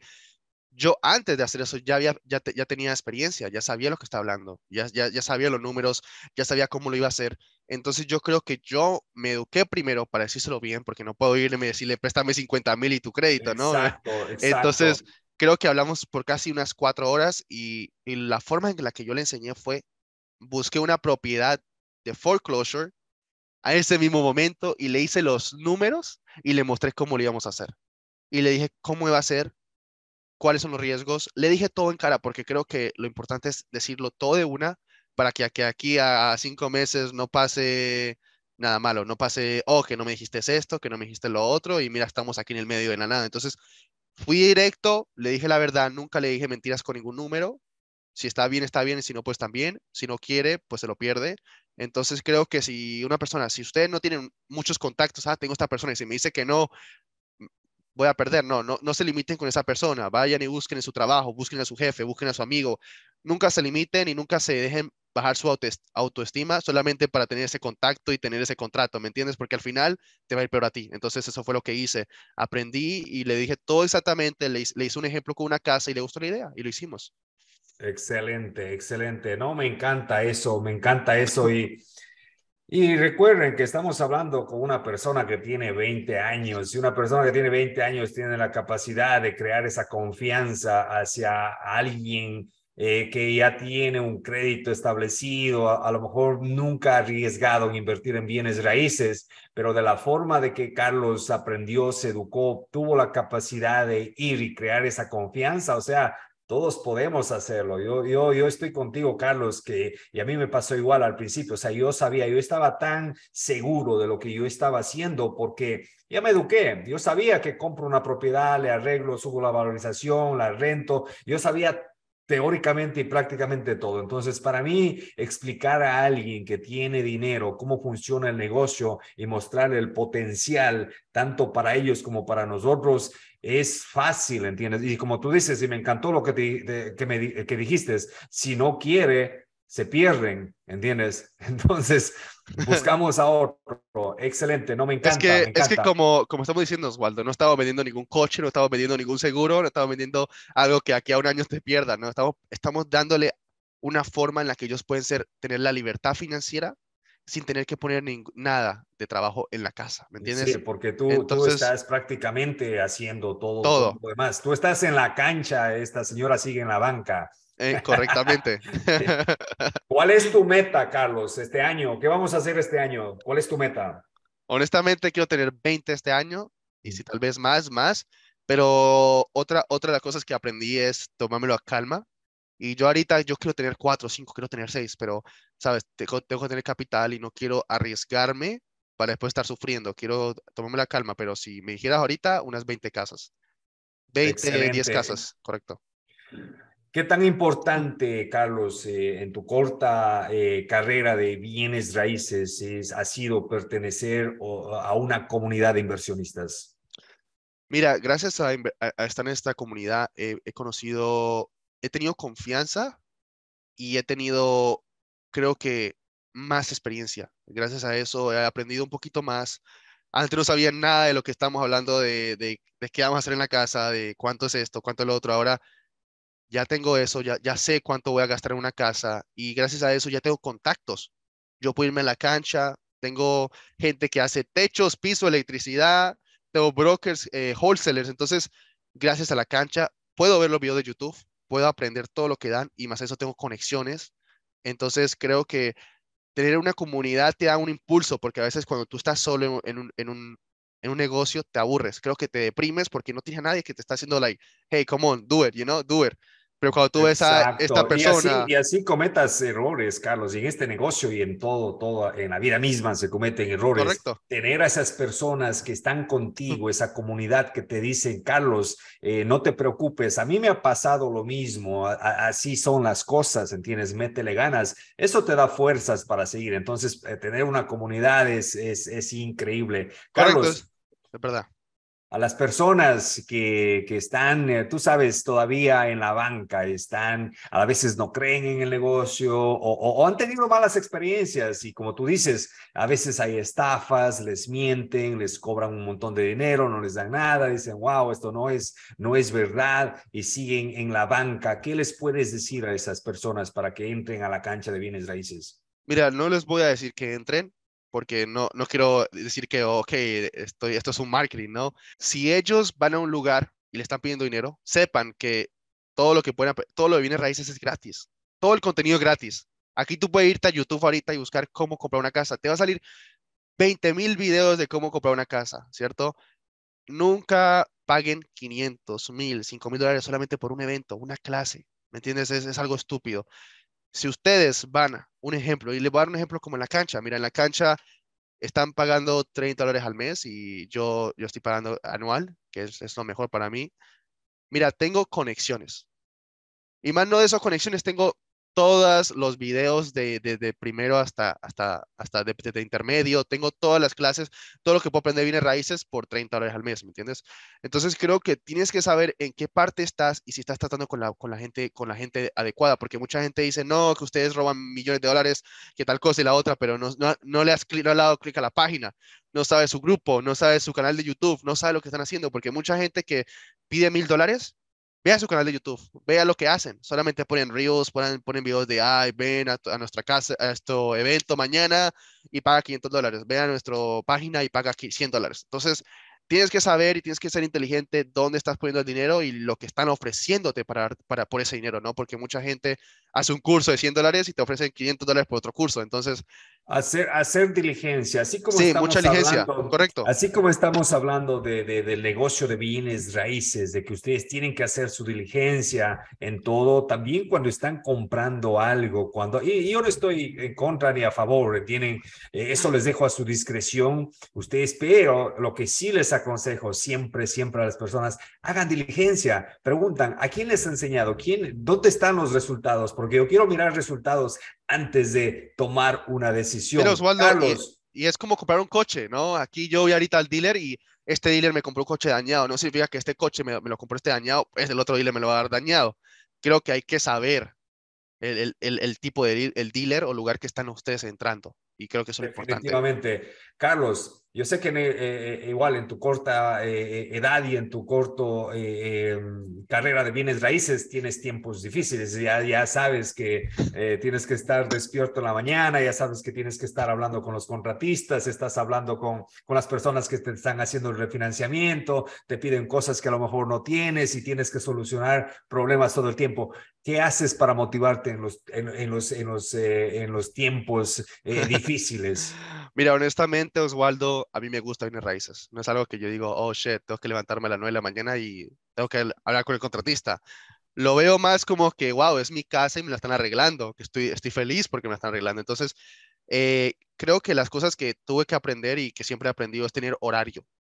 yo antes de hacer eso ya había, ya, te- ya tenía experiencia, ya sabía lo que estaba hablando, ya, ya, ya sabía los números, ya sabía cómo lo iba a hacer. Entonces yo creo que yo me eduqué primero para decírselo bien, porque no puedo irme y decirle, préstame cincuenta mil y tu crédito, ¿no? Exacto, exacto. Entonces creo que hablamos por casi unas cuatro horas y, y la forma en la que yo le enseñé fue, busqué una propiedad de foreclosure a ese mismo momento y le hice los números y le mostré cómo lo íbamos a hacer. Y le dije cómo iba a ser, cuáles son los riesgos. Le dije todo en cara porque creo que lo importante es decirlo todo de una para que, que aquí a cinco meses no pase nada malo, no pase, oh, que no me dijiste esto, que no me dijiste lo otro y mira, estamos aquí en el medio de la nada. Entonces, fui directo, le dije la verdad, nunca le dije mentiras con ningún número. Si está bien, está bien, y si no, pues también. Si no quiere, pues se lo pierde. Entonces creo que si una persona, si ustedes no tienen muchos contactos, ah, tengo esta persona y si me dice que no, voy a perder. No, no, no se limiten con esa persona. Vayan y busquen en su trabajo, busquen a su jefe, busquen a su amigo. Nunca se limiten y nunca se dejen bajar su autoest- autoestima solamente para tener ese contacto y tener ese contrato, ¿me entiendes? Porque al final te va a ir peor a ti. Entonces eso fue lo que hice. Aprendí y le dije todo exactamente, le, hice- le hice un ejemplo con una casa y le gustó la idea y lo hicimos. Excelente, excelente. No, me encanta eso, me encanta eso. Y, y recuerden que estamos hablando con una persona que tiene veinte años y una persona que tiene veinte años tiene la capacidad de crear esa confianza hacia alguien eh, que ya tiene un crédito establecido, a, a lo mejor nunca ha arriesgado en invertir en bienes raíces, pero de la forma de que Carlos aprendió, se educó, tuvo la capacidad de ir y crear esa confianza. O sea, todos podemos hacerlo. Yo, yo, yo estoy contigo, Carlos, que y a mí me pasó igual al principio. O sea, yo sabía, yo estaba tan seguro de lo que yo estaba haciendo porque ya me eduqué. Yo sabía que compro una propiedad, le arreglo, subo la valorización, la rento. Yo sabía teóricamente y prácticamente todo. Entonces, para mí, explicar a alguien que tiene dinero cómo funciona el negocio y mostrarle el potencial, tanto para ellos como para nosotros, es fácil, ¿entiendes? Y como tú dices, y me encantó lo que, te, de, que, me, que dijiste, si no quiere, se pierden, ¿entiendes? Entonces, buscamos a otro. Excelente, no, me Es encanta, que, me es que encanta. como, como estamos diciendo, Osvaldo, no estamos vendiendo ningún coche, no estamos vendiendo ningún seguro, no estamos vendiendo algo que aquí a un año te pierda, ¿no? Estamos, estamos dándole una forma en la que ellos pueden ser, tener la libertad financiera sin tener que poner ning- nada de trabajo en la casa, ¿me Sí, entiendes? porque tú, tú Entonces, estás prácticamente haciendo todo, todo todo, lo demás. Tú estás en la cancha, esta señora sigue en la banca. eh, correctamente. ¿Cuál es tu meta, Carlos, este año? ¿Qué vamos a hacer este año? ¿Cuál es tu meta? Honestamente, quiero tener veinte este año y si tal vez más, más, pero otra, otra de las cosas que aprendí es tomármelo a calma. Y yo ahorita, yo quiero tener cuatro, cinco, quiero tener seis, pero, ¿sabes? Tengo, tengo que tener capital y no quiero arriesgarme para después estar sufriendo. Quiero tomarme la calma, pero si me dijeras ahorita, unas veinte casas. Veinte, diez Excelente. casas, correcto. ¿Qué tan importante, Carlos, eh, en tu corta eh, carrera de bienes raíces es, ha sido pertenecer o, a una comunidad de inversionistas? Mira, gracias a, inve- a- a estar en esta comunidad, he he conocido, he tenido confianza y he tenido, creo que, más experiencia. Gracias a eso he aprendido un poquito más. Antes no sabía nada de lo que estamos hablando, de, de, de qué vamos a hacer en la casa, de cuánto es esto, cuánto es lo otro. Ahora ya tengo eso, ya, ya sé cuánto voy a gastar en una casa y gracias a eso ya tengo contactos. Yo puedo irme a la cancha, tengo gente que hace techos, piso, electricidad, tengo brokers, eh, wholesalers. Entonces, gracias a la cancha, puedo ver los videos de YouTube, puedo aprender todo lo que dan y más eso tengo conexiones. Entonces, creo que tener una comunidad te da un impulso porque a veces cuando tú estás solo en, en un, en un, en un negocio te aburres, creo que te deprimes porque no tienes a nadie que te está haciendo like, hey, come on, do it, you know, do it. Pero cuando tú ves a esta Exacto. Y así, persona, y así cometas errores, Carlos. Y en este negocio y en todo, todo, en la vida misma se cometen errores. correcto, Tener a esas personas que están contigo, esa comunidad que te dicen, Carlos, eh, no te preocupes. A mí me ha pasado lo mismo. A- a- así son las cosas, ¿entiendes? Métele ganas. Eso te da fuerzas para seguir. Entonces, eh, tener una comunidad es, es, es increíble. correcto, es, Carlos, es verdad. a las personas que, que están, eh, tú sabes, todavía en la banca, están, a veces no creen en el negocio o, o, o han tenido malas experiencias y como tú dices, a veces hay estafas, les mienten, les cobran un montón de dinero, no les dan nada, dicen, wow, esto no es, no es verdad y siguen en la banca. ¿Qué les puedes decir a esas personas para que entren a la cancha de bienes raíces? Mira, no les voy a decir que entren porque no, no quiero decir que, ok, estoy, esto es un marketing, ¿no? Si ellos van a un lugar y le están pidiendo dinero, sepan que todo lo que pueden, ap- todo lo de bienes raíces es gratis. Todo el contenido es gratis. Aquí tú puedes irte a YouTube ahorita y buscar cómo comprar una casa. Te va a salir veinte mil videos de cómo comprar una casa, ¿cierto? Nunca paguen quinientos, mil, cinco mil dólares solamente por un evento, una clase. ¿Me entiendes? Es, es algo estúpido. Si ustedes van, a- un ejemplo, y les voy a dar un ejemplo como en la cancha. Mira, en la cancha están pagando treinta dólares al mes y yo, yo estoy pagando anual, que es, es lo mejor para mí. Mira, tengo conexiones. Y más no de esas conexiones, tengo todos los videos de, de- de primero hasta, hasta, hasta de, de- de intermedio, tengo todas las clases, todo lo que puedo aprender bienes raíces por treinta dólares al mes, ¿me entiendes? Entonces creo que tienes que saber en qué parte estás y si estás tratando con la, con la gente, con la gente adecuada, porque mucha gente dice, no, que ustedes roban millones de dólares, que tal cosa y la otra, pero no, no, no le has cli- no le has dado clic a la página, no sabe su grupo, no sabe su canal de YouTube, no sabe lo que están haciendo, porque mucha gente que pide mil dólares vea su canal de YouTube, vea lo que hacen. Solamente ponen reels, ponen, ponen videos de, ay, ven a, tu- a nuestra casa, a nuestro evento mañana y paga quinientos dólares. Ve a nuestra página y paga aquí cien dólares. Entonces, tienes que saber y tienes que ser inteligente dónde estás poniendo el dinero y lo que están ofreciéndote para, para, por ese dinero, ¿no? Porque mucha gente hace un curso de cien dólares y te ofrecen quinientos dólares por otro curso. Entonces, Hacer, hacer diligencia, así como sí, mucha estamos diligencia, hablando, correcto. así como estamos hablando de, de- del negocio de bienes raíces, de que ustedes tienen que hacer su diligencia en todo, también cuando están comprando algo, cuando, y, y yo no estoy en contra ni a favor, tienen, eh, eso les dejo a su discreción, ustedes, pero lo que sí les aconsejo siempre, siempre a las personas, hagan diligencia, preguntan, ¿a quién les ha enseñado? ¿Quién, dónde están los resultados? Porque yo quiero mirar resultados antes de tomar una Mira, decisión. Osvaldo, y, Carlos, y es como comprar un coche, ¿no? Aquí yo voy ahorita al dealer y este dealer me compró un coche dañado. No significa que este coche me, me lo compró este dañado, pues el otro dealer me lo va a dar dañado. Creo que hay que saber el, el- el- el tipo de deal- el dealer o lugar que están ustedes entrando. Y creo que eso es lo importante. definitivamente. Carlos, yo sé que en, eh, eh, igual en tu corta eh, eh, edad y en tu corto eh, eh, carrera de bienes raíces tienes tiempos difíciles. Ya, ya sabes que eh, tienes que estar despierto en la mañana, ya sabes que tienes que estar hablando con los contratistas, estás hablando con, con las personas que te están haciendo el refinanciamiento, te piden cosas que a lo mejor no tienes y tienes que solucionar problemas todo el tiempo. ¿Qué haces para motivarte en los, en, en los, en los, eh, en los tiempos eh, difíciles? Mira, honestamente, Osvaldo, a mí me gusta bienes raíces. No es algo que yo digo, oh, shit, tengo que levantarme a las nueve de la mañana y tengo que hablar con el contratista. Lo veo más como que, wow, es mi casa y me la están arreglando, que estoy, estoy feliz porque me la están arreglando. Entonces, eh, creo que las cosas que tuve que aprender y que siempre he aprendido es tener horario.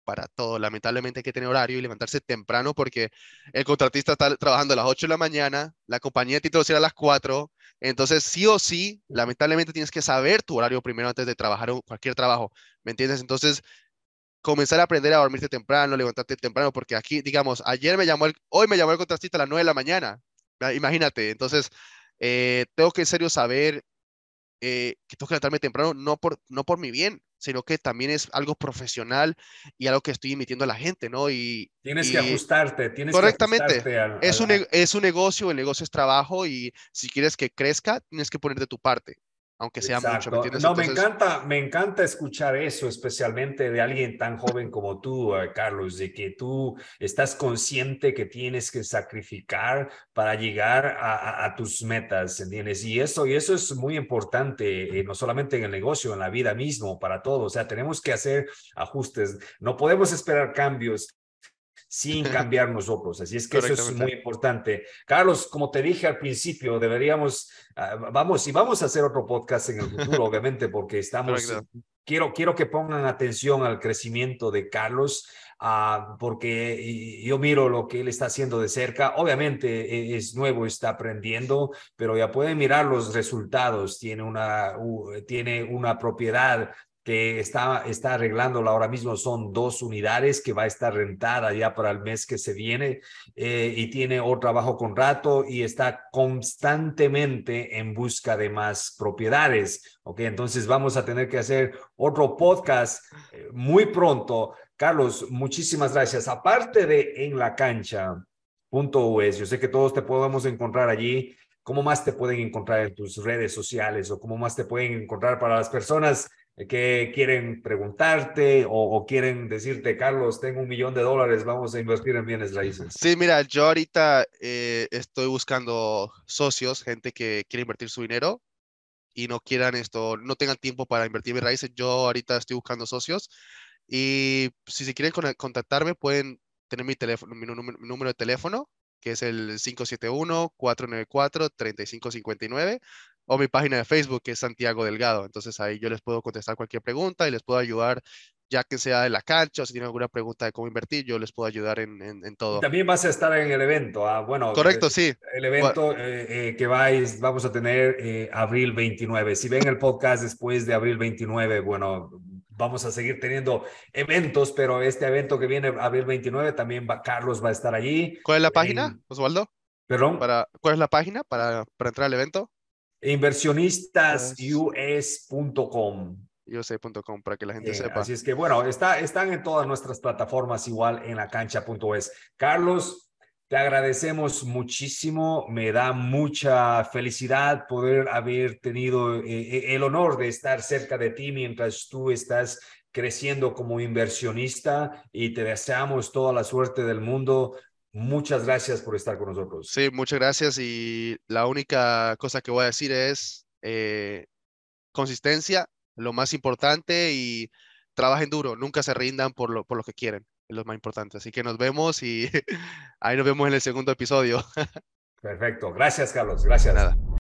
para todo. Lamentablemente hay que tener horario y levantarse temprano porque el contratista está trabajando a las ocho de la mañana, la compañía de títulos cierra a las cuatro. Entonces, sí o sí, lamentablemente tienes que saber tu horario primero antes de trabajar en cualquier trabajo, ¿me entiendes? Entonces, comenzar a aprender a dormirte temprano, levantarte temprano, porque aquí, digamos, ayer me llamó el, hoy me llamó el contratista a las nueve de la mañana, ah, imagínate. Entonces, eh, tengo que en serio saber eh, que tengo que levantarme temprano, no por, no por mi bien, sino que también es algo profesional y algo que estoy emitiendo a la gente, ¿no? Y, Tienes que y ajustarte, tienes que correctamente, ajustarte al, es al- un, ne- es un negocio, el negocio es trabajo y si quieres que crezca, tienes que poner de tu parte, aunque sea mucho, ¿me Exacto. entiendes? No, me Entonces, encanta, me encanta escuchar eso, especialmente de alguien tan joven como tú, eh, Carlos, de que tú estás consciente que tienes que sacrificar para llegar a, a- a tus metas, ¿entiendes? Y eso, y eso es muy importante, eh, no solamente en el negocio, en la vida mismo, para todo. O sea, tenemos que hacer ajustes. No podemos esperar cambios sin cambiar nosotros. Así es que eso es correctamente, muy importante. Carlos, como te dije al principio, deberíamos, uh, vamos, y vamos a hacer otro podcast en el futuro, obviamente, porque estamos, correcto. quiero, quiero que pongan atención al crecimiento de Carlos, uh, porque yo miro lo que él está haciendo de cerca. Obviamente es nuevo, está aprendiendo, pero ya pueden mirar los resultados. Tiene una, uh, tiene una propiedad que está, está arreglándola ahora mismo. Son dos unidades que va a estar rentada ya para el mes que se viene, eh, y tiene otro trabajo con rato y está constantemente en busca de más propiedades. Ok, entonces vamos a tener que hacer otro podcast eh, muy pronto. Carlos, muchísimas gracias. Aparte de En la Cancha punto U S, yo sé que todos te podemos encontrar allí. ¿Cómo más te pueden encontrar en tus redes sociales o cómo más te pueden encontrar para las personas que quieren preguntarte o, o quieren decirte, Carlos, tengo un millón de dólares, vamos a invertir en bienes raíces? Sí, mira, yo ahorita eh, estoy buscando socios, gente que quiere invertir su dinero y no quieran esto, no tengan tiempo para invertir en raíces. Yo ahorita estoy buscando socios y si se quieren con- contactarme pueden tener mi teléfono, mi, número mi número de teléfono, que es el cinco siete uno, cuatro nueve cuatro, tres cinco cinco nueve, o mi página de Facebook, que es Santiago Delgado. Entonces ahí yo les puedo contestar cualquier pregunta y les puedo ayudar, ya que sea de la cancha o si tienen alguna pregunta de cómo invertir, yo les puedo ayudar en, en, en Y todo. también vas a estar en el evento. Ah, bueno, Correcto, sí. el Gua- evento eh, eh, que vais, vamos a tener eh, abril veintinueve. Si ven el podcast después de abril veintinueve, bueno, vamos a seguir teniendo eventos, pero este evento que viene abril veintinueve también va, Carlos va a estar allí. ¿Cuál es la página, En, Osvaldo? perdón, Para, ¿cuál es la página para, para entrar al evento? Pues, inversionistas u s punto com. yo sé punto com para que la gente Eh, sepa. así es que, bueno, está, están en todas nuestras plataformas, igual en la cancha punto es. Carlos, te agradecemos muchísimo. Me da mucha felicidad poder haber tenido eh, el honor de estar cerca de ti mientras tú estás creciendo como inversionista y te deseamos toda la suerte del mundo. Muchas gracias por estar con nosotros. Sí, muchas gracias y la única cosa que voy a decir es eh, consistencia, lo más importante y trabajen duro, nunca se rindan por lo, por lo que quieren, es lo más importante. Así que nos vemos y ahí nos vemos en el segundo episodio. Perfecto. Gracias, Carlos. De Gracias. nada.